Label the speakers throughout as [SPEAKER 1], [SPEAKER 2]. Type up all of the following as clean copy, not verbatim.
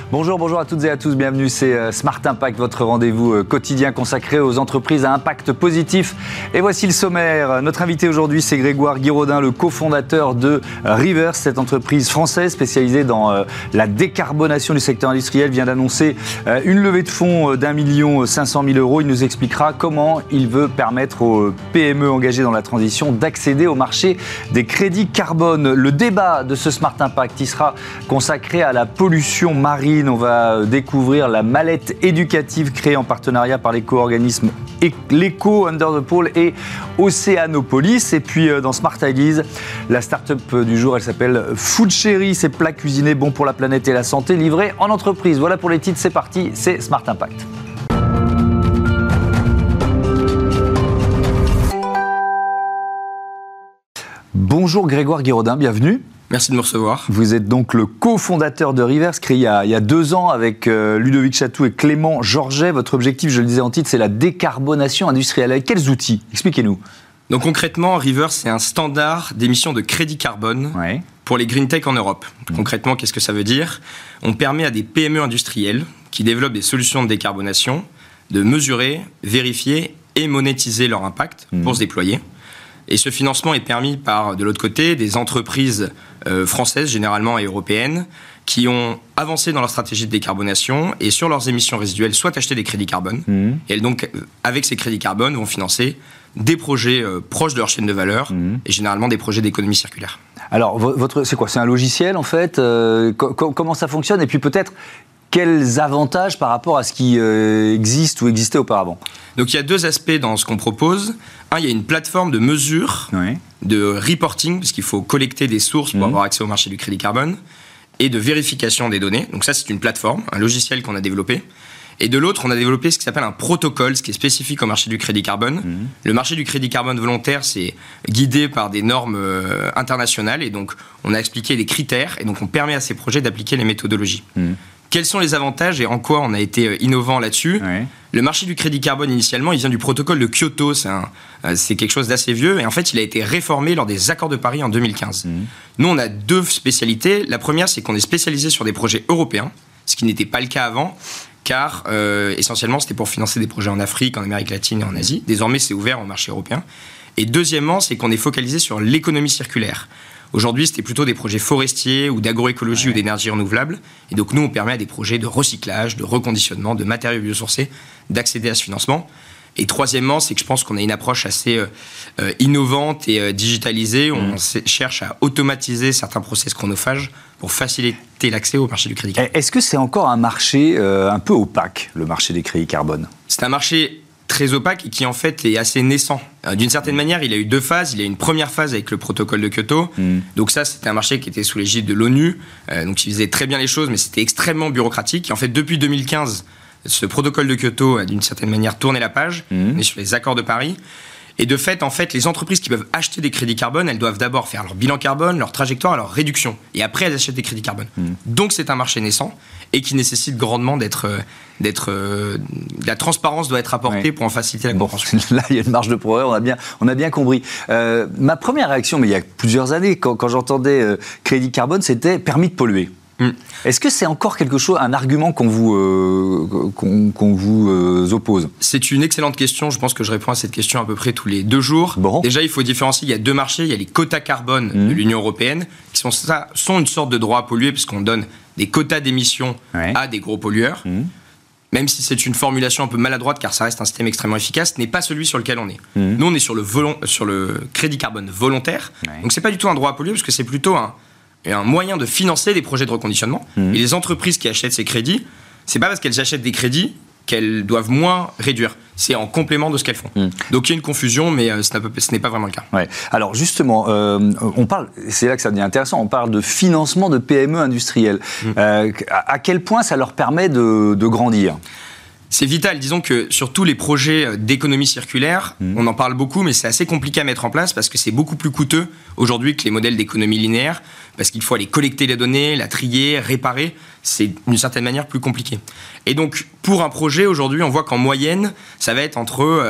[SPEAKER 1] Bonjour à toutes et à tous, bienvenue, c'est Smart Impact, votre rendez-vous quotidien consacré aux entreprises à impact positif. Et voici le sommaire. Notre invité aujourd'hui, c'est Grégoire Guiraudin, le cofondateur de Rivers, cette entreprise française spécialisée dans la décarbonation du secteur industriel, vient d'annoncer une levée de fonds d'1 500 000 €. Il nous expliquera comment il veut permettre aux PME engagées dans la transition d'accéder au marché des crédits carbone. Le débat de ce Smart Impact, il sera consacré à la pollution marine. On va découvrir la mallette éducative créée en partenariat par l'éco-organisme l'Eco, Under the Pole et Océanopolis. Et puis dans Smart Ideas, la start-up du jour, elle s'appelle Food Cherry. Ces plats cuisinés bons pour la planète et la santé, livrés en entreprise. Voilà pour les titres, c'est parti, c'est Smart Impact. Bonjour Grégoire Guiraudin, bienvenue.
[SPEAKER 2] Merci de me recevoir.
[SPEAKER 1] Vous êtes donc le cofondateur de Rivers, créé il y a 2 ans avec Ludovic Chatou et Clément Georget. Votre objectif, je le disais en titre, c'est la décarbonation industrielle. Avec quels outils? Expliquez-nous.
[SPEAKER 2] Donc concrètement, Rivers, c'est un standard d'émission de crédit carbone pour les green tech en Europe. Concrètement, qu'est-ce que ça veut dire? On permet à des PME industrielles qui développent des solutions de décarbonation de mesurer, vérifier et monétiser leur impact pour se déployer. Et ce financement est permis par, de l'autre côté, des entreprises françaises, généralement et européennes, qui ont avancé dans leur stratégie de décarbonation et sur leurs émissions résiduelles, soit acheter des crédits carbone. Et elles, donc, avec ces crédits carbone, vont financer des projets proches de leur chaîne de valeur et généralement des projets d'économie circulaire.
[SPEAKER 1] Alors, c'est quoi? C'est un logiciel, en fait? Comment ça fonctionne? Et puis peut-être, quels avantages par rapport à ce qui existe ou existait auparavant?
[SPEAKER 2] Donc il y a 2 aspects dans ce qu'on propose. Un, il y a une plateforme de mesure, de reporting, parce qu'il faut collecter des sources pour avoir accès au marché du crédit carbone, et de vérification des données. Donc ça, c'est une plateforme, un logiciel qu'on a développé. Et de l'autre, on a développé ce qui s'appelle un protocole, ce qui est spécifique au marché du crédit carbone. Le marché du crédit carbone volontaire, c'est guidé par des normes internationales, et donc on a expliqué des critères, et donc on permet à ces projets d'appliquer les méthodologies. Quels sont les avantages et en quoi on a été innovant là-dessus? Le marché du crédit carbone, initialement, il vient du protocole de Kyoto. C'est quelque chose d'assez vieux. Et en fait, il a été réformé lors des accords de Paris en 2015. Nous, on a 2 spécialités. La première, c'est qu'on est spécialisé sur des projets européens, ce qui n'était pas le cas avant, car essentiellement, c'était pour financer des projets en Afrique, en Amérique latine et en Asie. Désormais, c'est ouvert au marché européen. Et deuxièmement, c'est qu'on est focalisé sur l'économie circulaire. Aujourd'hui, c'était plutôt des projets forestiers ou d'agroécologie ou d'énergie renouvelable. Et donc, nous, on permet à des projets de recyclage, de reconditionnement, de matériaux biosourcés d'accéder à ce financement. Et troisièmement, c'est que je pense qu'on a une approche assez innovante et digitalisée. On cherche à automatiser certains process chronophages pour faciliter l'accès au marché du crédit carbone.
[SPEAKER 1] Est-ce que c'est encore un marché un peu opaque, le marché des crédits carbone?
[SPEAKER 2] C'est un marché très opaque et qui en fait est assez naissant. D'une certaine manière, il a eu 2 phases. Il y a eu une première phase avec le protocole de Kyoto. Donc ça, c'était un marché qui était sous l'égide de l'ONU, donc il faisait très bien les choses, mais c'était extrêmement bureaucratique. Et en fait, depuis 2015, ce protocole de Kyoto a d'une certaine manière tourné la page. On est sur les accords de Paris. Et de fait, en fait, les entreprises qui peuvent acheter des crédits carbone, elles doivent d'abord faire leur bilan carbone, leur trajectoire, leur réduction. Et après, elles achètent des crédits carbone. Donc, c'est un marché naissant et qui nécessite grandement la transparence doit être apportée pour en faciliter la compréhension.
[SPEAKER 1] Là, il y a une marge de progrès, on a bien compris. Ma première réaction, mais il y a plusieurs années, quand j'entendais crédit carbone, c'était permis de polluer. Est-ce que c'est encore quelque chose, un argument qu'on vous oppose? C'est
[SPEAKER 2] une excellente question. Je pense que je réponds à cette question à peu près tous les 2 jours. Déjà, il faut différencier. Il y a 2 marchés. Il y a les quotas carbone de l'Union européenne, qui sont une sorte de droit à polluer, puisqu'on donne des quotas d'émissions à des gros pollueurs. Même si c'est une formulation un peu maladroite, car ça reste un système extrêmement efficace, ce n'est pas celui sur lequel on est. Nous, on est sur le crédit carbone volontaire. Donc, c'est pas du tout un droit à polluer, parce que c'est plutôt un moyen de financer des projets de reconditionnement. Et les entreprises qui achètent ces crédits, c'est pas parce qu'elles achètent des crédits qu'elles doivent moins réduire. C'est en complément de ce qu'elles font. Donc il y a une confusion, mais ce n'est pas vraiment le cas.
[SPEAKER 1] Alors justement, on parle, c'est là que ça devient intéressant, on parle de financement de PME industrielles. À quel point ça leur permet de grandir?
[SPEAKER 2] C'est vital. Disons que sur tous les projets d'économie circulaire, on en parle beaucoup, mais c'est assez compliqué à mettre en place parce que c'est beaucoup plus coûteux aujourd'hui que les modèles d'économie linéaire, parce qu'il faut aller collecter les données, la trier, réparer. c'est d'une certaine manière plus compliqué. Et donc, pour un projet, aujourd'hui, on voit qu'en moyenne, ça va être entre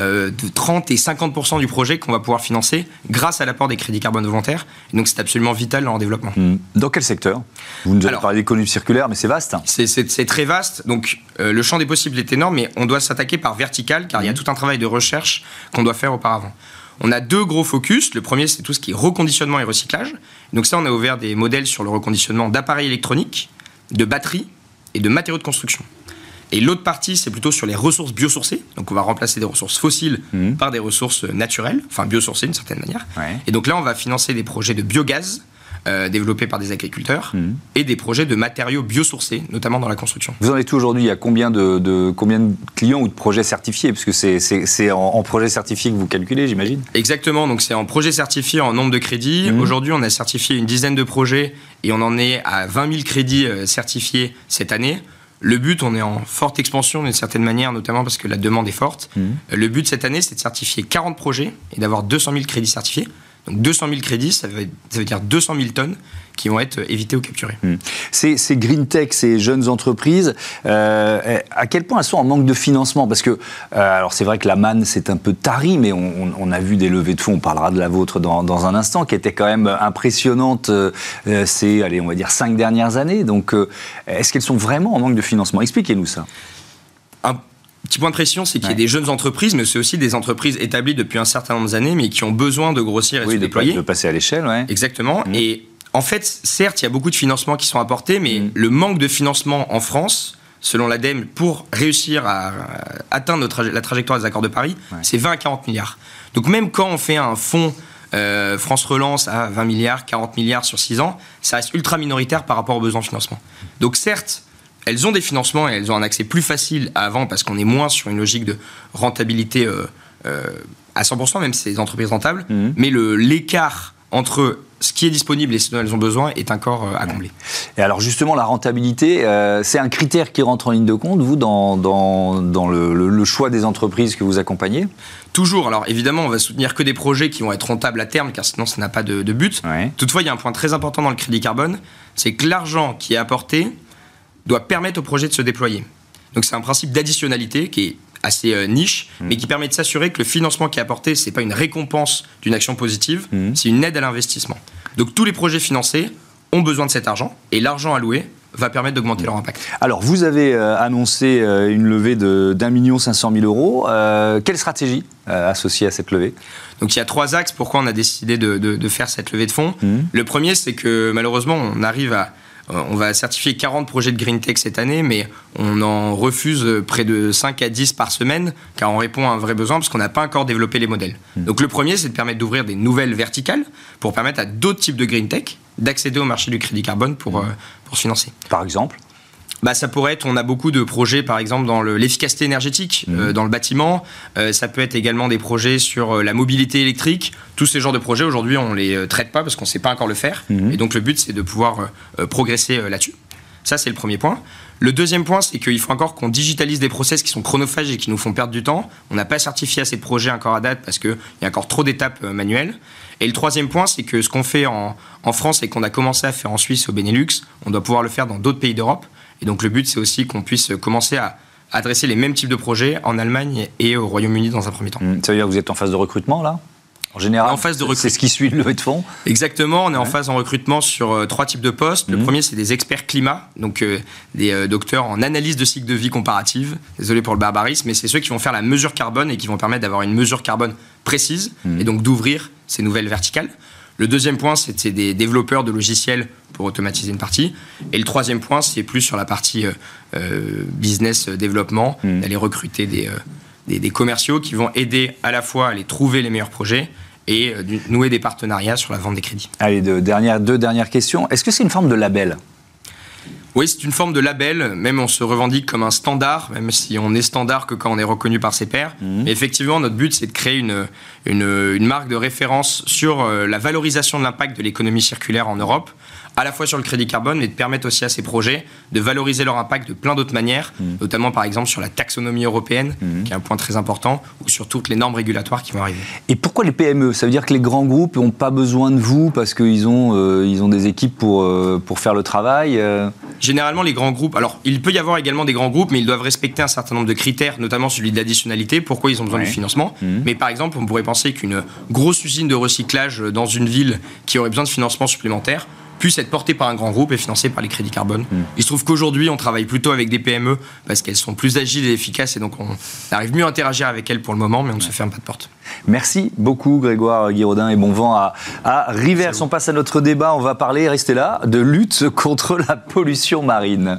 [SPEAKER 2] 30 et 50% du projet qu'on va pouvoir financer grâce à l'apport des crédits carbone volontaires. Et donc, c'est absolument vital dans leur développement.
[SPEAKER 1] Dans quel secteur ? Vous nous avez parlé d'économie circulaire, mais c'est vaste.
[SPEAKER 2] C'est très vaste. Donc, le champ des possibles est énorme, mais on doit s'attaquer par vertical, car il y a tout un travail de recherche qu'on doit faire auparavant. On a 2 gros focus. Le premier, c'est tout ce qui est reconditionnement et recyclage. Donc ça, on a ouvert des modèles sur le reconditionnement d'appareils électroniques, de batteries et de matériaux de construction. Et l'autre partie, c'est plutôt sur les ressources biosourcées. Donc on va remplacer des ressources fossiles par des ressources naturelles, enfin biosourcées d'une certaine manière. Ouais. Et donc là, on va financer des projets de biogaz développés par des agriculteurs et des projets de matériaux biosourcés, notamment dans la construction.
[SPEAKER 1] Vous en êtes où aujourd'hui ? Il y a combien de clients ou de projets certifiés ? Parce que c'est en projet certifié que vous calculez, j'imagine ?
[SPEAKER 2] Exactement, donc c'est en projet certifié en nombre de crédits. Aujourd'hui, on a certifié une dizaine de projets et on en est à 20 000 crédits certifiés cette année. Le but, on est en forte expansion d'une certaine manière, notamment parce que la demande est forte. Le but cette année, c'est de certifier 40 projets et d'avoir 200 000 crédits certifiés. Donc 200 000 crédits, ça veut dire 200 000 tonnes qui vont être évitées ou capturées.
[SPEAKER 1] Ces green tech, ces jeunes entreprises, à quel point elles sont en manque de financement ? Parce que, alors c'est vrai que la manne, c'est un peu tari, mais on a vu des levées de fonds, on parlera de la vôtre dans un instant, qui étaient quand même impressionnantes ces, on va dire 5 dernières années. Donc, est-ce qu'elles sont vraiment en manque de financement ? Expliquez-nous ça.
[SPEAKER 2] Petit point de pression, c'est qu'il y a des jeunes entreprises, mais c'est aussi des entreprises établies depuis un certain nombre d'années, mais qui ont besoin de grossir et de se déployer.
[SPEAKER 1] De passer à l'échelle, ouais.
[SPEAKER 2] Exactement. Et en fait, certes, il y a beaucoup de financements qui sont apportés, mais le manque de financement en France, selon l'ADEME, pour réussir à atteindre la trajectoire des accords de Paris, c'est 20 à 40 milliards. Donc même quand on fait un fonds France Relance à 20 milliards, 40 milliards sur 6 ans, ça reste ultra minoritaire par rapport aux besoins de financement. Donc certes, elles ont des financements et elles ont un accès plus facile à avant parce qu'on est moins sur une logique de rentabilité à 100%, même si c'est des entreprises rentables. Mais l'écart entre ce qui est disponible et ce dont elles ont besoin est encore à combler.
[SPEAKER 1] Et alors justement, la rentabilité, c'est un critère qui rentre en ligne de compte, vous, dans le choix des entreprises que vous accompagnez ?
[SPEAKER 2] Toujours. Alors évidemment, on va soutenir que des projets qui vont être rentables à terme, car sinon ça n'a pas de but. Ouais. Toutefois, il y a un point très important dans le crédit carbone, c'est que l'argent qui est apporté doit permettre au projet de se déployer. Donc c'est un principe d'additionnalité qui est assez niche, mais qui permet de s'assurer que le financement qui est apporté, c'est pas une récompense d'une action positive, c'est une aide à l'investissement. Donc tous les projets financés ont besoin de cet argent, et l'argent alloué va permettre d'augmenter leur impact.
[SPEAKER 1] Alors vous avez annoncé une levée d'1 500 000 euros. Quelle stratégie associée à cette levée ?
[SPEAKER 2] Donc il y a 3 axes pourquoi on a décidé de faire cette levée de fonds. Le premier, c'est que malheureusement, on va certifier 40 projets de Green Tech cette année, mais on en refuse près de 5 à 10 par semaine, car on répond à un vrai besoin, parce qu'on n'a pas encore développé les modèles. Donc le premier, c'est de permettre d'ouvrir des nouvelles verticales, pour permettre à d'autres types de Green Tech d'accéder au marché du crédit carbone pour se financer.
[SPEAKER 1] Par exemple ?
[SPEAKER 2] Ça pourrait être, on a beaucoup de projets par exemple dans l'efficacité énergétique dans le bâtiment, ça peut être également des projets sur la mobilité électrique. Tous ces genres de projets aujourd'hui on les traite pas parce qu'on ne sait pas encore le faire et donc le but c'est de pouvoir progresser là-dessus. Ça c'est le premier point. Le deuxième point c'est qu'il faut encore qu'on digitalise des process qui sont chronophages et qui nous font perdre du temps. On n'a pas certifié assez de projets encore à date parce qu'il y a encore trop d'étapes manuelles. Et le troisième point c'est que ce qu'on fait en France et qu'on a commencé à faire en Suisse au Benelux, on doit pouvoir le faire dans d'autres pays d'Europe. Et donc le but, c'est aussi qu'on puisse commencer à adresser les mêmes types de projets en Allemagne et au Royaume-Uni dans un premier temps.
[SPEAKER 1] Ça veut dire que vous êtes en phase de recrutement, là ? En général,
[SPEAKER 2] en phase de
[SPEAKER 1] c'est ce qui suit le levée de fonds ?
[SPEAKER 2] Exactement, on est en phase en recrutement sur 3 types de postes. Le premier, c'est des experts climat, donc des docteurs en analyse de cycle de vie comparative. Désolé pour le barbarisme, mais c'est ceux qui vont faire la mesure carbone et qui vont permettre d'avoir une mesure carbone précise et donc d'ouvrir ces nouvelles verticales. Le deuxième point, c'est des développeurs de logiciels pour automatiser une partie. Et le troisième point, c'est plus sur la partie business développement, d'aller recruter des commerciaux qui vont aider à la fois à aller trouver les meilleurs projets et nouer des partenariats sur la vente des crédits.
[SPEAKER 1] Allez, deux dernières questions. Est-ce que c'est une forme de label ?
[SPEAKER 2] Oui, c'est une forme de label, même on se revendique comme un standard, même si on est standard que quand on est reconnu par ses pairs. Mais effectivement, notre but, c'est de créer une marque de référence sur la valorisation de l'impact de l'économie circulaire en Europe, à la fois sur le crédit carbone, mais de permettre aussi à ces projets de valoriser leur impact de plein d'autres manières, notamment par exemple sur la taxonomie européenne, qui est un point très important, ou sur toutes les normes régulatoires qui vont arriver.
[SPEAKER 1] Et pourquoi les PME? Ça veut dire que les grands groupes n'ont pas besoin de vous parce qu'ils ont des équipes pour faire le travail
[SPEAKER 2] Généralement, les grands groupes, alors il peut y avoir également des grands groupes, mais ils doivent respecter un certain nombre de critères, notamment celui de l'additionnalité, pourquoi ils ont besoin du financement. Mais par exemple, on pourrait penser qu'une grosse usine de recyclage dans une ville qui aurait besoin de financement supplémentaire puisse être portée par un grand groupe et financée par les crédits carbone. Il se trouve qu'aujourd'hui, on travaille plutôt avec des PME parce qu'elles sont plus agiles et efficaces et donc on arrive mieux à interagir avec elles pour le moment, mais on ne se ferme pas de porte.
[SPEAKER 1] Merci beaucoup Grégoire Guiraudin et bon vent à Rivers. On passe à notre débat, on va parler, restez là, de lutte contre la pollution marine.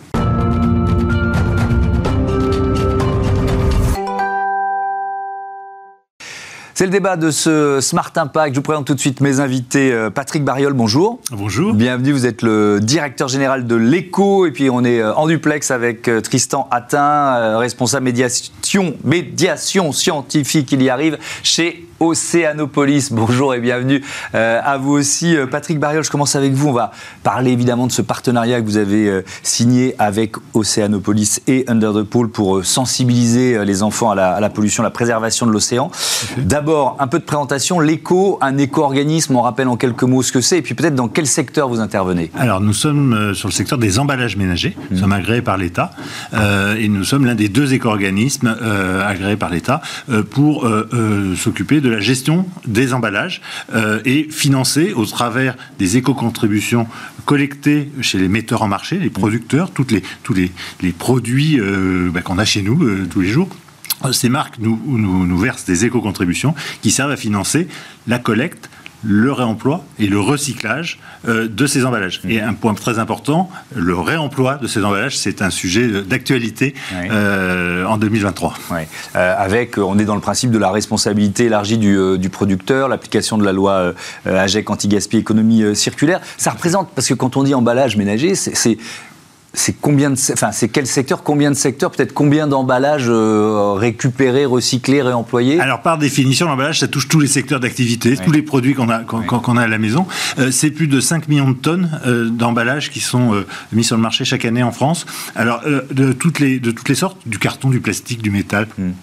[SPEAKER 1] C'est le débat de ce Smart Impact. Je vous présente tout de suite mes invités. Patrick Bariol, bonjour.
[SPEAKER 3] Bonjour.
[SPEAKER 1] Bienvenue, vous êtes le directeur général de l'ECO. Et puis on est en duplex avec Tristan Hattin, responsable médiation scientifique, il y arrive, chez Océanopolis. Bonjour et bienvenue à vous aussi. Patrick Bariol, je commence avec vous. On va parler évidemment de ce partenariat que vous avez signé avec Océanopolis et Under the Pool pour sensibiliser les enfants à la pollution, à la préservation de l'océan. D'abord, un peu de présentation. L'ECO, un éco-organisme, on rappelle en quelques mots ce que c'est et puis peut-être dans quel secteur vous intervenez.
[SPEAKER 3] Alors nous sommes sur le secteur des emballages ménagers. Nous sommes agréés par l'État et nous sommes l'un des 2 éco-organismes agréés par l'État pour s'occuper de la gestion des emballages et financer au travers des éco-contributions collectées chez les metteurs en marché, les producteurs, tous les produits qu'on a chez nous tous les jours. Ces marques nous versent des éco-contributions qui servent à financer la collecte, le réemploi et le recyclage de ces emballages. Et un point très important, le réemploi de ces emballages, c'est un sujet d'actualité en 2023.
[SPEAKER 1] On est dans le principe de la responsabilité élargie du producteur, l'application de la loi AGEC anti-gaspi économie circulaire. Ça représente, parce que quand on dit emballage ménager, c'est quel secteur, combien de secteurs, peut-être combien d'emballages récupérés, recyclés, réemployés?
[SPEAKER 3] Alors par définition, l'emballage, ça touche tous les secteurs d'activité, tous les produits qu'on a à la maison. C'est plus de 5 millions de tonnes d'emballages qui sont mis sur le marché chaque année en France. Alors de toutes les sortes, du carton, du plastique, du métal.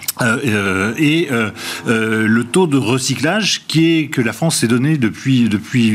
[SPEAKER 3] Et le taux de recyclage que la France s'est donné depuis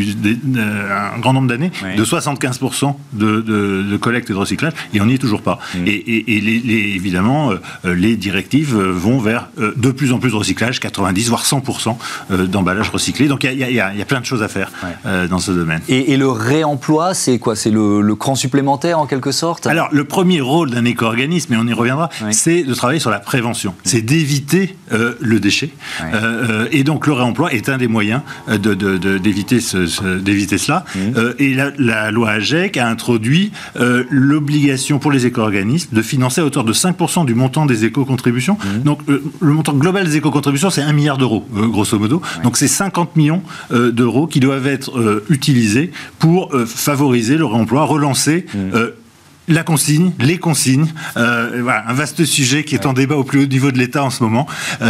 [SPEAKER 3] un grand nombre d'années, de 75% de collecte et de recyclage, et on n'y est toujours pas. Et évidemment, les directives vont vers de plus en plus de recyclage, 90 voire 100% d'emballage recyclé. Donc il y a plein de choses à faire dans ce domaine.
[SPEAKER 1] Et le réemploi, c'est quoi? C'est le cran supplémentaire en quelque sorte?
[SPEAKER 3] Alors le premier rôle d'un éco-organisme, et on y reviendra, c'est de travailler sur la prévention. C'est d'éviter le déchet. Et donc le réemploi est un des moyens d'éviter cela. Et la loi AGEC a introduit l'obligation pour les éco-organismes de financer à hauteur de 5% du montant des éco-contributions. Donc le montant global des éco-contributions, c'est 1 milliard d'euros, grosso modo. Donc c'est 50 millions d'euros qui doivent être utilisés pour favoriser le réemploi, relancer la consigne, les consignes, voilà, un vaste sujet qui est en débat au plus haut niveau de l'État en ce moment.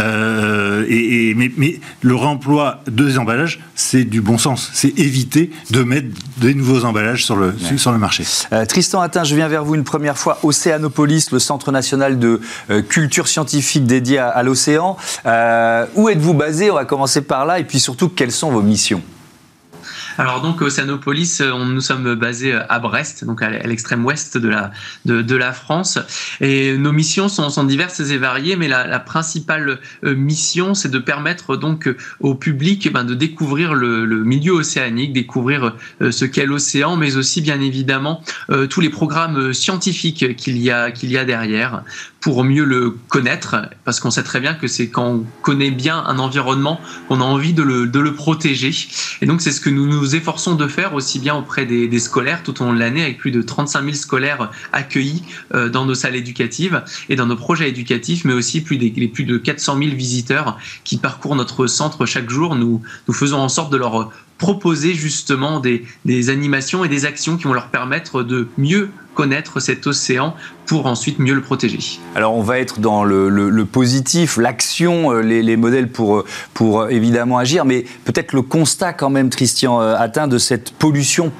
[SPEAKER 3] Mais le réemploi des emballages, c'est du bon sens. C'est éviter de mettre des nouveaux emballages sur le marché.
[SPEAKER 1] Tristan Hattin, je viens vers vous une première fois. Océanopolis, le Centre national de culture scientifique dédié à l'océan. Où êtes-vous basé? On va commencer par là. Et puis surtout, quelles sont vos missions?
[SPEAKER 4] Alors donc Océanopolis, nous sommes basés à Brest, donc à l'extrême ouest de la France, et nos missions sont diverses et variées, mais la principale mission, c'est de permettre donc au public de découvrir le milieu océanique, découvrir ce qu'est l'océan, mais aussi bien évidemment tous les programmes scientifiques qu'il y a derrière, pour mieux le connaître, parce qu'on sait très bien que c'est quand on connaît bien un environnement qu'on a envie de le protéger. Et donc c'est ce que nous nous efforçons de faire aussi bien auprès des scolaires tout au long de l'année, avec plus de 35 000 scolaires accueillis dans nos salles éducatives et dans nos projets éducatifs, mais aussi plus de 400 000 visiteurs qui parcourent notre centre chaque jour. Nous faisons en sorte de leur proposer justement des animations et des actions qui vont leur permettre de mieux connaître cet océan pour ensuite mieux le protéger.
[SPEAKER 1] Alors on va être dans le positif, l'action, les modèles pour évidemment agir, mais peut-être le constat quand même, Tristan Hattin, de cette pollution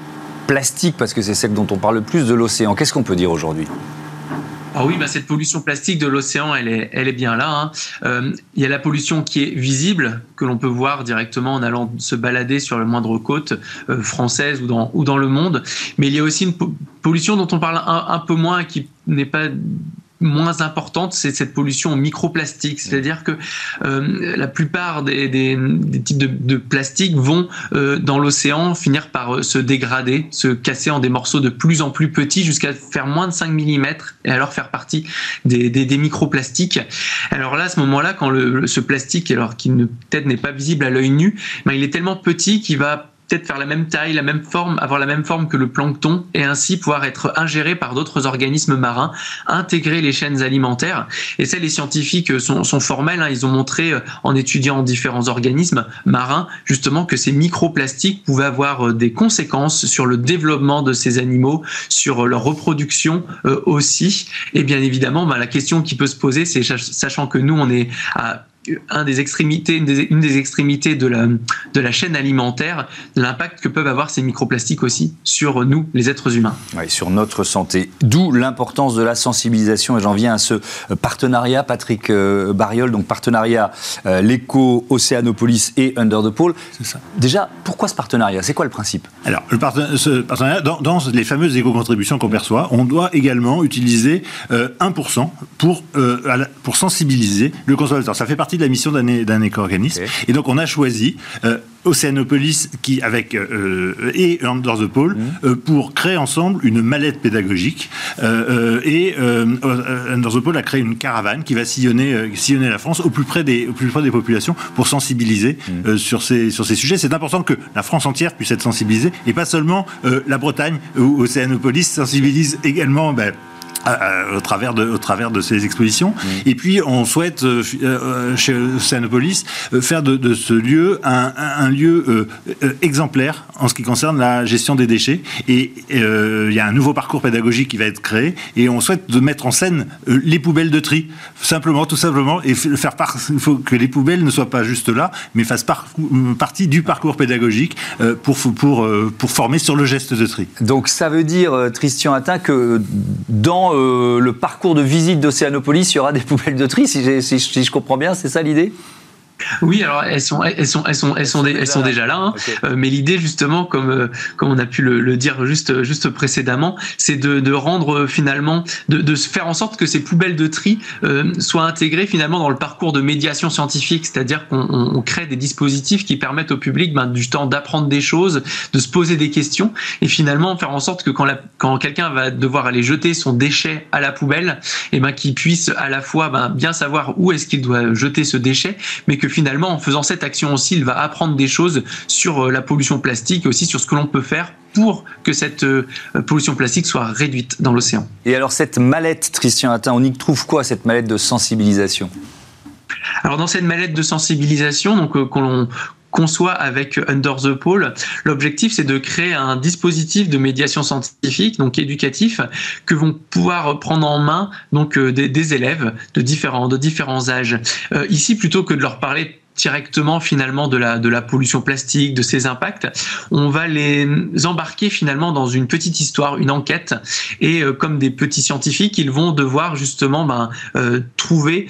[SPEAKER 1] plastique, parce que c'est celle dont on parle le plus, de l'océan. Qu'est-ce qu'on peut dire aujourd'hui ?
[SPEAKER 4] Ah oui, cette pollution plastique de l'océan, elle est bien là. Il y a la pollution qui est visible, que l'on peut voir directement en allant se balader sur la moindre côte française ou dans le monde. Mais il y a aussi une pollution dont on parle un peu moins et qui n'est pas moins importante, c'est cette pollution au microplastique. C'est-à-dire que la plupart des types de plastique vont dans l'océan finir par se dégrader, se casser en des morceaux de plus en plus petits jusqu'à faire moins de 5 mm et alors faire partie des microplastiques. Alors là, à ce moment-là, quand ce plastique, alors qui peut-être n'est pas visible à l'œil nu, il est tellement petit qu'il va peut-être faire la même taille, la même forme, avoir la même forme que le plancton et ainsi pouvoir être ingéré par d'autres organismes marins, intégrer les chaînes alimentaires. Et ça, les scientifiques sont formels. Ils ont montré en étudiant différents organismes marins justement que ces microplastiques pouvaient avoir des conséquences sur le développement de ces animaux, sur leur reproduction aussi. Et bien évidemment, la question qui peut se poser, c'est sachant que nous, on est à une des extrémités de la chaîne alimentaire, l'impact que peuvent avoir ces microplastiques aussi sur nous, les êtres humains.
[SPEAKER 1] Oui, sur notre santé. D'où l'importance de la sensibilisation. Et j'en viens à ce partenariat, Patrick Bariol, donc partenariat l'Eco Océanopolis et Under the Pole.
[SPEAKER 3] C'est ça.
[SPEAKER 1] Déjà, pourquoi ce partenariat ? C'est quoi le principe ?
[SPEAKER 3] Alors, ce partenariat, dans les fameuses éco-contributions qu'on perçoit, on doit également utiliser 1% pour sensibiliser le consommateur. Ça fait partie de la mission d'un éco-organisme. Okay. Et donc, on a choisi Océanopolis et Under the Pole pour créer ensemble une mallette pédagogique. Under the Pole a créé une caravane qui va sillonner la France au plus près des populations pour sensibiliser sur ces sujets. C'est important que la France entière puisse être sensibilisée et pas seulement la Bretagne où Océanopolis sensibilise également au travers de ces expositions. Et puis on souhaite chez Océanopolis faire de ce lieu un lieu exemplaire en ce qui concerne la gestion des déchets. Et il y a un nouveau parcours pédagogique qui va être créé et on souhaite de mettre en scène les poubelles de tri, tout simplement, et il faut que les poubelles ne soient pas juste là, mais fassent partie du parcours pédagogique pour former sur le geste de tri.
[SPEAKER 1] Donc ça veut dire, Christian Hattin, que dans le parcours de visite d'Océanopolis, il y aura des poubelles de tri, si je comprends bien, c'est ça l'idée ?
[SPEAKER 4] Oui, alors elles sont déjà là. Okay. Mais l'idée, justement, comme on a pu le dire juste précédemment, c'est de rendre finalement, de faire en sorte que ces poubelles de tri soient intégrées finalement dans le parcours de médiation scientifique, c'est-à-dire qu'on crée des dispositifs qui permettent au public du temps d'apprendre des choses, de se poser des questions, et finalement faire en sorte que quand quelqu'un va devoir aller jeter son déchet à la poubelle, qu'il puisse à la fois bien savoir où est-ce qu'il doit jeter ce déchet, mais que finalement, en faisant cette action aussi, il va apprendre des choses sur la pollution plastique et aussi sur ce que l'on peut faire pour que cette pollution plastique soit réduite dans l'océan. Et
[SPEAKER 1] alors cette mallette, Christian Hattin, on y trouve quoi, cette mallette de sensibilisation ?
[SPEAKER 4] Alors dans cette mallette de sensibilisation, qu'on l'on conçoit avec Under the Pole, l'objectif c'est de créer un dispositif de médiation scientifique, donc éducatif, que vont pouvoir prendre en main des élèves de différents âges. Ici, plutôt que de leur parler directement finalement de la pollution plastique, de ses impacts, on va les embarquer finalement dans une petite histoire, une enquête, et comme des petits scientifiques, ils vont devoir justement trouver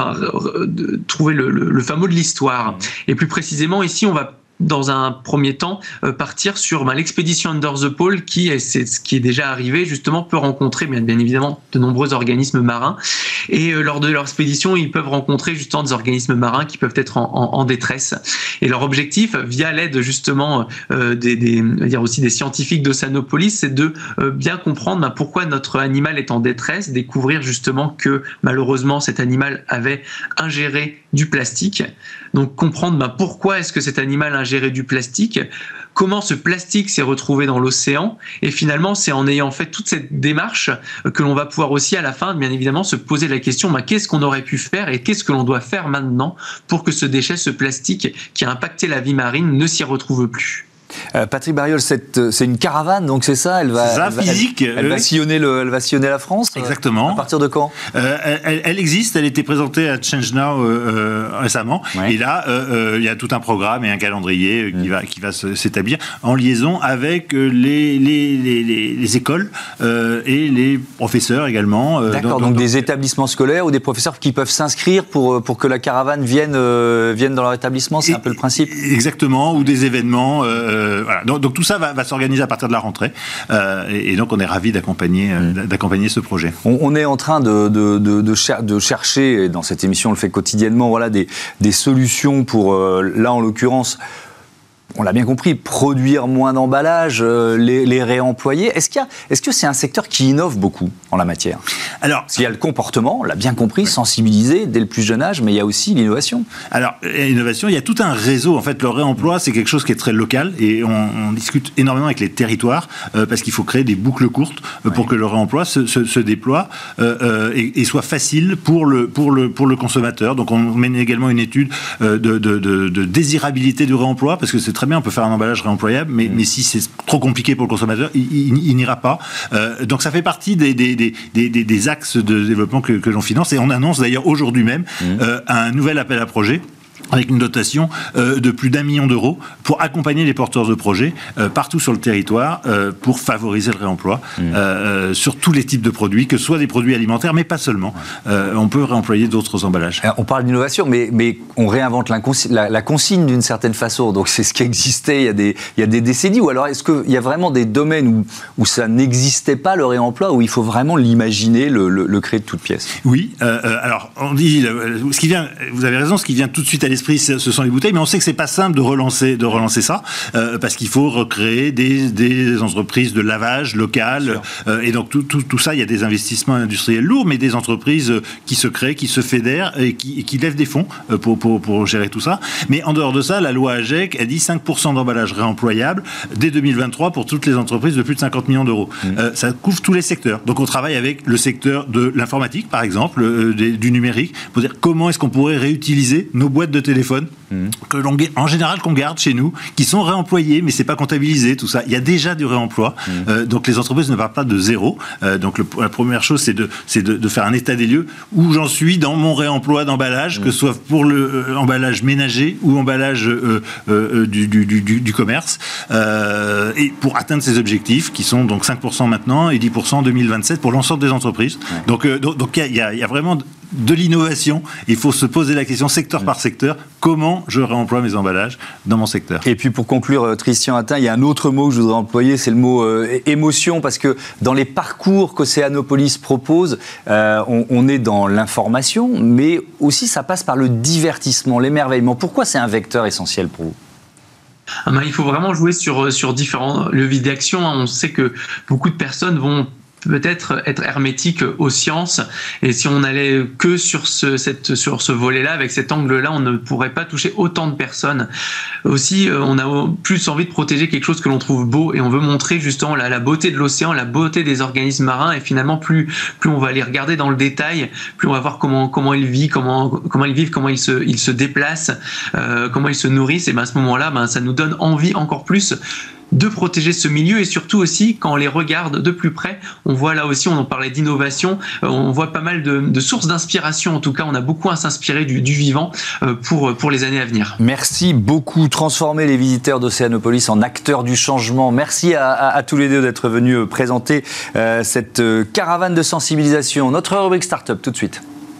[SPEAKER 4] le fameux de l'histoire. Et plus précisément ici, on va dans un premier temps partir sur l'expédition Under the Pole c'est ce qui est déjà arrivé, justement peut rencontrer bien évidemment de nombreux organismes marins, et lors de leur expédition ils peuvent rencontrer justement des organismes marins qui peuvent être en détresse, et leur objectif via l'aide justement aussi des scientifiques d'Océanopolis, c'est de bien comprendre pourquoi notre animal est en détresse, découvrir justement que malheureusement cet animal avait ingéré du plastique, donc comprendre pourquoi est-ce que cet animal a ingéré du plastique, comment ce plastique s'est retrouvé dans l'océan, et finalement c'est en ayant fait toute cette démarche que l'on va pouvoir aussi à la fin bien évidemment se poser la question qu'est-ce qu'on aurait pu faire et qu'est-ce que l'on doit faire maintenant pour que ce déchet, ce plastique qui a impacté la vie marine ne s'y retrouve plus.
[SPEAKER 1] Patrick Bariol, c'est une caravane, donc c'est ça. Elle va sillonner la France.
[SPEAKER 3] Exactement.
[SPEAKER 1] À partir de quand?
[SPEAKER 3] Elle existe. Elle était présentée à Change Now récemment. Ouais. Et là, il y a tout un programme et un calendrier qui va s'établir en liaison avec les écoles et les professeurs également.
[SPEAKER 1] D'accord. Donc des établissements scolaires ou des professeurs qui peuvent s'inscrire pour que la caravane vienne dans leur établissement. C'est un peu le principe.
[SPEAKER 3] Exactement. Ou des événements. Voilà. Donc tout ça va s'organiser à partir de la rentrée. Et donc on est ravis d'accompagner ce projet.
[SPEAKER 1] On est en train de chercher, et dans cette émission on le fait quotidiennement, voilà, des solutions pour, là en l'occurrence, on l'a bien compris, produire moins d'emballages, les réemployer. Est-ce que c'est un secteur qui innove beaucoup en la matière? Alors, parce qu'il y a le comportement, on l'a bien compris, sensibiliser dès le plus jeune âge, mais il y a aussi l'innovation.
[SPEAKER 3] Alors, l'innovation, il y a tout un réseau. En fait, le réemploi, c'est quelque chose qui est très local et on discute énormément avec les territoires parce qu'il faut créer des boucles courtes pour que le réemploi se déploie et soit facile pour le consommateur. Donc, on mène également une étude de désirabilité du réemploi parce que c'est très bien, on peut faire un emballage réemployable, mais si c'est trop compliqué pour le consommateur, il n'ira pas. Donc ça fait partie des axes de développement que l'on finance, et on annonce d'ailleurs aujourd'hui même un nouvel appel à projet avec une dotation de plus d'1 million d'euros pour accompagner les porteurs de projets partout sur le territoire pour favoriser le réemploi sur tous les types de produits, que ce soit des produits alimentaires, mais pas seulement. On peut réemployer d'autres emballages.
[SPEAKER 1] On parle d'innovation, mais on réinvente la consigne d'une certaine façon. Donc c'est ce qui existait il y a des décennies. Ou alors est-ce qu'il y a vraiment des domaines où ça n'existait pas, le réemploi, où il faut vraiment l'imaginer, le créer de toutes pièces?
[SPEAKER 3] Oui. Alors on dit, vous avez raison, ce qui vient tout de suite à l'esprit, ce sont les bouteilles, mais on sait que c'est pas simple de relancer ça, parce qu'il faut recréer des entreprises de lavage locales, et donc tout ça, il y a des investissements industriels lourds, mais des entreprises qui se créent, qui se fédèrent et qui lèvent des fonds pour gérer tout ça. Mais en dehors de ça, la loi AGEC a dit 5% d'emballage réemployable dès 2023 pour toutes les entreprises de plus de 50 millions d'euros. Ça couvre tous les secteurs. Donc on travaille avec le secteur de l'informatique, par exemple, du numérique, pour dire comment est-ce qu'on pourrait réutiliser nos boîtes de téléphone en général qu'on garde chez nous, qui sont réemployés, mais c'est pas comptabilisé, tout ça. Il y a déjà du réemploi, donc les entreprises ne partent pas de zéro. Donc la première chose, c'est de faire un état des lieux où j'en suis dans mon réemploi d'emballage, que ce soit pour l'emballage ménager ou emballage du commerce, et pour atteindre ces objectifs qui sont donc 5% maintenant et 10% en 2027 pour l'ensemble des entreprises. Donc il y a vraiment de l'innovation. Il faut se poser la question secteur par secteur, comment je réemploie mes emballages dans mon secteur.
[SPEAKER 1] Et puis pour conclure, Christian Hattin, il y a un autre mot que je voudrais employer, c'est le mot émotion, parce que dans les parcours qu'Océanopolis propose, on est dans l'information, mais aussi ça passe par le divertissement, l'émerveillement. Pourquoi c'est un vecteur essentiel pour vous?
[SPEAKER 4] Il faut vraiment jouer sur différents leviers d'action. On sait que beaucoup de personnes vont peut-être être hermétique aux sciences, et si on allait que sur ce volet-là, avec cet angle-là, on ne pourrait pas toucher autant de personnes. Aussi, on a plus envie de protéger quelque chose que l'on trouve beau, et on veut montrer justement la beauté de l'océan, la beauté des organismes marins, et finalement plus on va les regarder dans le détail, plus on va voir comment ils vivent, comment ils se déplacent, comment ils se nourrissent, et à ce moment-là, ça nous donne envie encore plus de protéger ce milieu, et surtout aussi quand on les regarde de plus près, on voit là aussi, on en parlait d'innovation, on voit pas mal de sources d'inspiration. En tout cas, on a beaucoup à s'inspirer du vivant pour les années à venir.
[SPEAKER 1] Merci beaucoup. Transformer les visiteurs d'Océanopolis en acteurs du changement. Merci à tous les deux d'être venus présenter cette caravane de sensibilisation. Notre rubrique Startup tout de suite.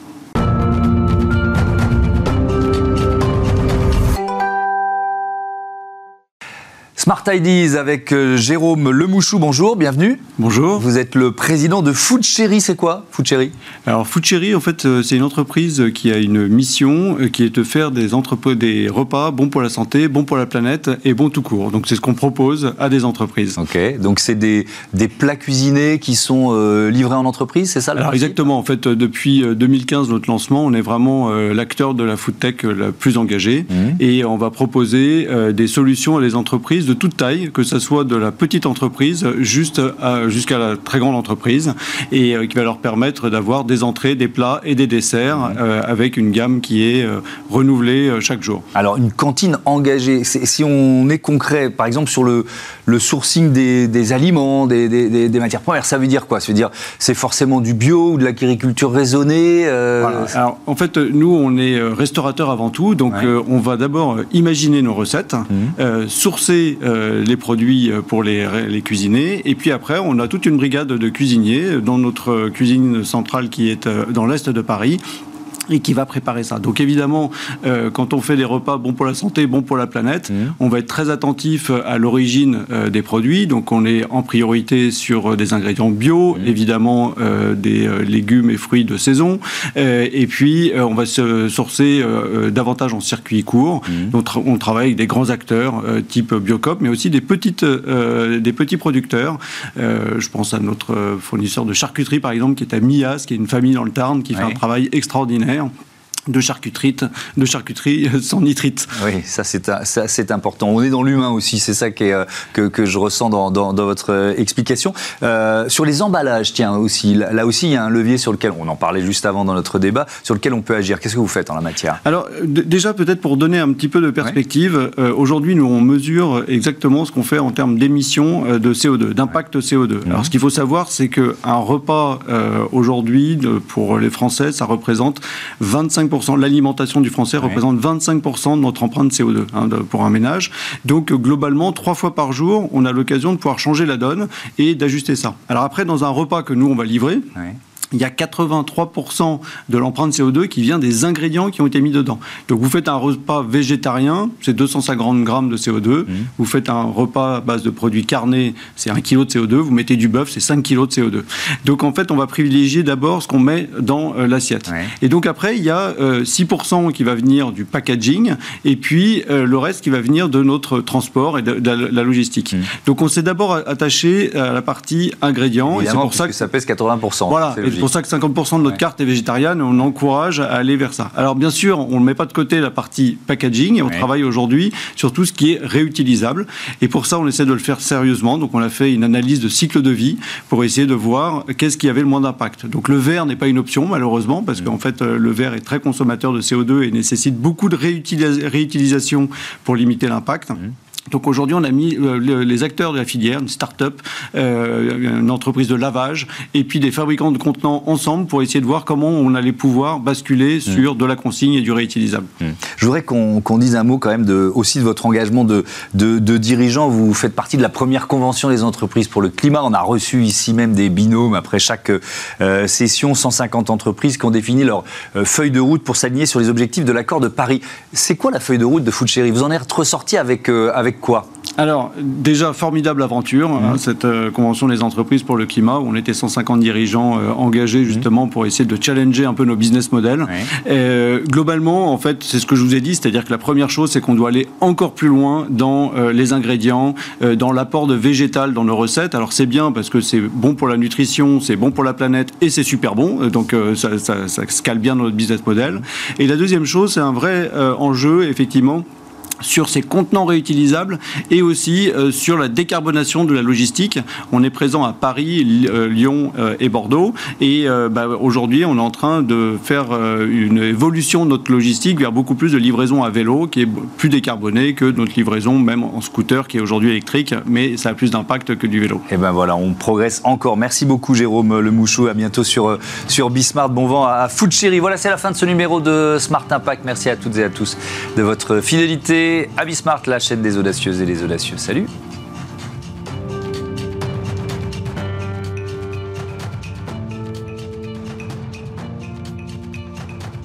[SPEAKER 1] Smart Ideas avec Jérôme Lemouchou, bonjour, bienvenue.
[SPEAKER 5] Bonjour.
[SPEAKER 1] Vous êtes le président de FoodChéri, c'est quoi FoodChéri? Alors
[SPEAKER 5] FoodChéri, en fait, c'est une entreprise qui a une mission qui est de faire des repas bons pour la santé, bons pour la planète et bons tout court. Donc c'est ce qu'on propose à des entreprises.
[SPEAKER 1] Ok, donc c'est des plats cuisinés qui sont livrés en entreprise, c'est ça le principe?
[SPEAKER 5] Exactement, en fait, depuis 2015, notre lancement, on est vraiment l'acteur de la food tech la plus engagée et on va proposer des solutions à des entreprises de toute taille, que ce soit de la petite entreprise jusqu'à la très grande entreprise, et qui va leur permettre d'avoir des entrées, des plats et des desserts avec une gamme qui est renouvelée chaque jour.
[SPEAKER 1] Alors, une cantine engagée, si on est concret, par exemple sur le sourcing des aliments, des matières premières, ça veut dire quoi? Ça veut dire c'est forcément du bio ou de l'agriculture raisonnée
[SPEAKER 5] Voilà. Alors, en fait, nous, on est restaurateur avant tout, donc on va d'abord imaginer nos recettes, sourcer les produits pour les cuisiner, et puis après, on a toute une brigade de cuisiniers dans notre cuisine centrale qui est dans l'est de Paris, et qui va préparer ça. Donc évidemment, quand on fait des repas bons pour la santé, bons pour la planète, on va être très attentif à l'origine des produits. Donc on est en priorité sur des ingrédients bio, évidemment des légumes et fruits de saison. Et puis on va se sourcer davantage en circuit court. Donc on travaille avec des grands acteurs type Biocoop, mais aussi des petits producteurs. Je pense à notre fournisseur de charcuterie par exemple, qui est à Mias, qui est une famille dans le Tarn, qui fait un travail extraordinaire de charcuterie sans nitrite.
[SPEAKER 1] Oui, ça c'est important. On est dans l'humain aussi, c'est ça que je ressens dans votre explication. Sur les emballages, tiens, aussi, là aussi il y a un levier sur lequel, on en parlait juste avant dans notre débat, sur lequel on peut agir. Qu'est-ce que vous faites en la matière?
[SPEAKER 5] Alors déjà peut-être pour donner un petit peu de perspective, aujourd'hui nous on mesure exactement ce qu'on fait en termes d'émissions de CO2, d'impact CO2. Alors ce qu'il faut savoir, c'est qu'un repas aujourd'hui pour les Français, ça représente 25%. L'alimentation du Français représente 25% de notre empreinte CO2 pour un ménage. Donc globalement, 3 fois par jour, on a l'occasion de pouvoir changer la donne et d'ajuster ça. Alors après, dans un repas que nous, on va livrer, il y a 83% de l'empreinte CO2 qui vient des ingrédients qui ont été mis dedans. Donc vous faites un repas végétarien, c'est 250 grammes de CO2. Vous faites un repas à base de produits carnés, c'est 1 kg de CO2. Vous mettez du bœuf, c'est 5 kg de CO2. Donc en fait, on va privilégier d'abord ce qu'on met dans l'assiette. Et donc après, il y a 6% qui va venir du packaging et puis le reste qui va venir de notre transport et de la logistique. Donc on s'est d'abord attaché à la partie ingrédients.
[SPEAKER 1] Évidemment, et c'est pour ça que ça pèse 80%.
[SPEAKER 5] Voilà. C'est pour ça que 50% de notre carte est végétarienne et on encourage à aller vers ça. Alors bien sûr, on ne met pas de côté la partie packaging et on travaille aujourd'hui sur tout ce qui est réutilisable. Et pour ça, on essaie de le faire sérieusement. Donc on a fait une analyse de cycle de vie pour essayer de voir qu'est-ce qui avait le moins d'impact. Donc le verre n'est pas une option malheureusement parce qu'en fait le verre est très consommateur de CO2 et nécessite beaucoup de réutilisation pour limiter l'impact. Donc aujourd'hui, on a mis les acteurs de la filière, une start-up, une entreprise de lavage, et puis des fabricants de contenants ensemble pour essayer de voir comment on allait pouvoir basculer sur de la consigne et du réutilisable.
[SPEAKER 1] Je voudrais qu'on dise un mot quand même aussi de votre engagement de dirigeant. Vous faites partie de la première convention des entreprises pour le climat. On a reçu ici même des binômes après chaque session, 150 entreprises qui ont défini leur feuille de route pour s'aligner sur les objectifs de l'accord de Paris. C'est quoi la feuille de route de FoodChéri? Vous en êtes ressorti avec quoi?
[SPEAKER 5] Alors, déjà, formidable aventure, cette convention des entreprises pour le climat, où on était 150 dirigeants engagés justement pour essayer de challenger un peu nos business models. Globalement, en fait, c'est ce que je vous ai dit, c'est-à-dire que la première chose, c'est qu'on doit aller encore plus loin dans les ingrédients, dans l'apport de végétal dans nos recettes. Alors, c'est bien parce que c'est bon pour la nutrition, c'est bon pour la planète et c'est super bon, donc ça se cale bien dans notre business model. Et la deuxième chose, c'est un vrai enjeu, effectivement, sur ces contenants réutilisables et aussi sur la décarbonation de la logistique. On est présent à Paris, Lyon et Bordeaux et aujourd'hui on est en train de faire une évolution de notre logistique vers beaucoup plus de livraison à vélo qui est plus décarbonée que notre livraison même en scooter qui est aujourd'hui électrique, mais ça a plus d'impact que du vélo.
[SPEAKER 1] Et ben voilà, on progresse encore. Merci beaucoup Jérôme Lemouchou, à bientôt sur Bismart. Bon vent à FoodChéri. Voilà, c'est la fin de ce numéro de Smart Impact. Merci à toutes et à tous de votre fidélité à Bismart, la chaîne des audacieuses et des audacieux. Salut!